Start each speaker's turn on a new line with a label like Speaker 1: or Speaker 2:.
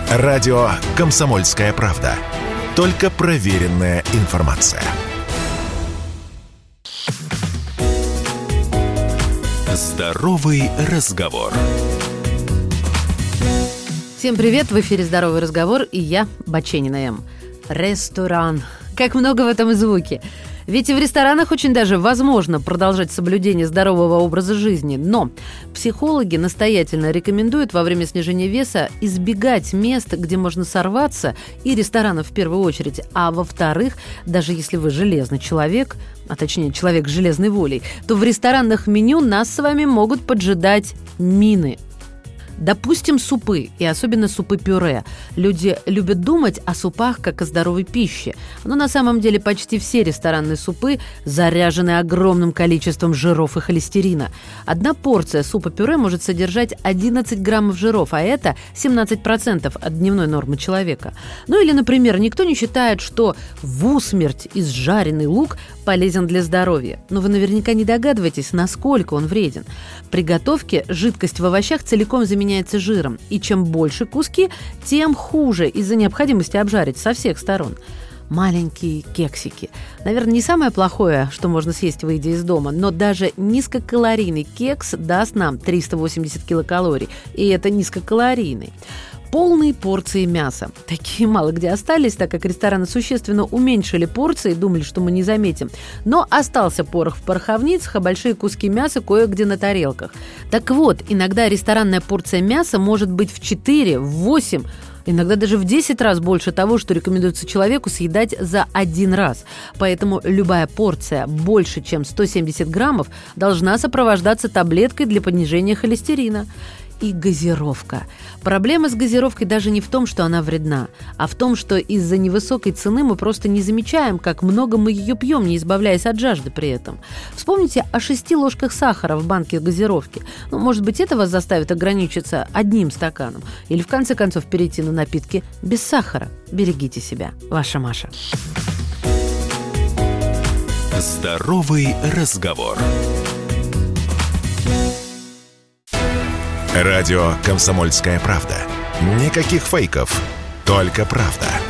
Speaker 1: Радио «Комсомольская правда». Только проверенная информация. Здоровый разговор.
Speaker 2: Всем привет! В эфире «Здоровый разговор» и я, Баченина М. Ресторан. Как много в этом звуке. Ведь и в ресторанах очень даже возможно продолжать соблюдение здорового образа жизни. Но психологи настоятельно рекомендуют во время снижения веса избегать мест, где можно сорваться, и ресторанов в первую очередь. А во-вторых, даже если вы железный человек, а точнее человек с железной волей, то в ресторанных меню нас с вами могут поджидать мины. Допустим, супы, и особенно супы-пюре. Люди любят думать о супах как о здоровой пище. Но на самом деле почти все ресторанные супы заряжены огромным количеством жиров и холестерина. Одна порция супа-пюре может содержать 11 граммов жиров, а это 17% от дневной нормы человека. Ну или, например, никто не считает, что в усмерть изжаренный лук полезен для здоровья. Но вы наверняка не догадываетесь, насколько он вреден. При готовке жидкость в овощах целиком заменяется жиром. И чем больше куски, тем хуже из-за необходимости обжарить со всех сторон. Маленькие кексики. Наверное, не самое плохое, что можно съесть, выйдя из дома, но даже низкокалорийный кекс даст нам 380 килокалорий. И это низкокалорийный. Полные порции мяса. Такие мало где остались, так как рестораны существенно уменьшили порции, думали, что мы не заметим. Но остался порох в пороховницах, а большие куски мяса кое-где на тарелках. Так вот, иногда ресторанная порция мяса может быть в 4, в 8, иногда даже в 10 раз больше того, что рекомендуется человеку съедать за один раз. Поэтому любая порция больше, чем 170 граммов, должна сопровождаться таблеткой для понижения холестерина. И газировка. Проблема с газировкой даже не в том, что она вредна, а в том, что из-за невысокой цены мы просто не замечаем, как много мы ее пьем, не избавляясь от жажды при этом. Вспомните о 6 ложках сахара в банке газировки. Может быть, это вас заставит ограничиться одним стаканом. Или, в конце концов, перейти на напитки без сахара. Берегите себя. Ваша Маша.
Speaker 1: Здоровый разговор. Радио «Комсомольская правда». Никаких фейков, только правда.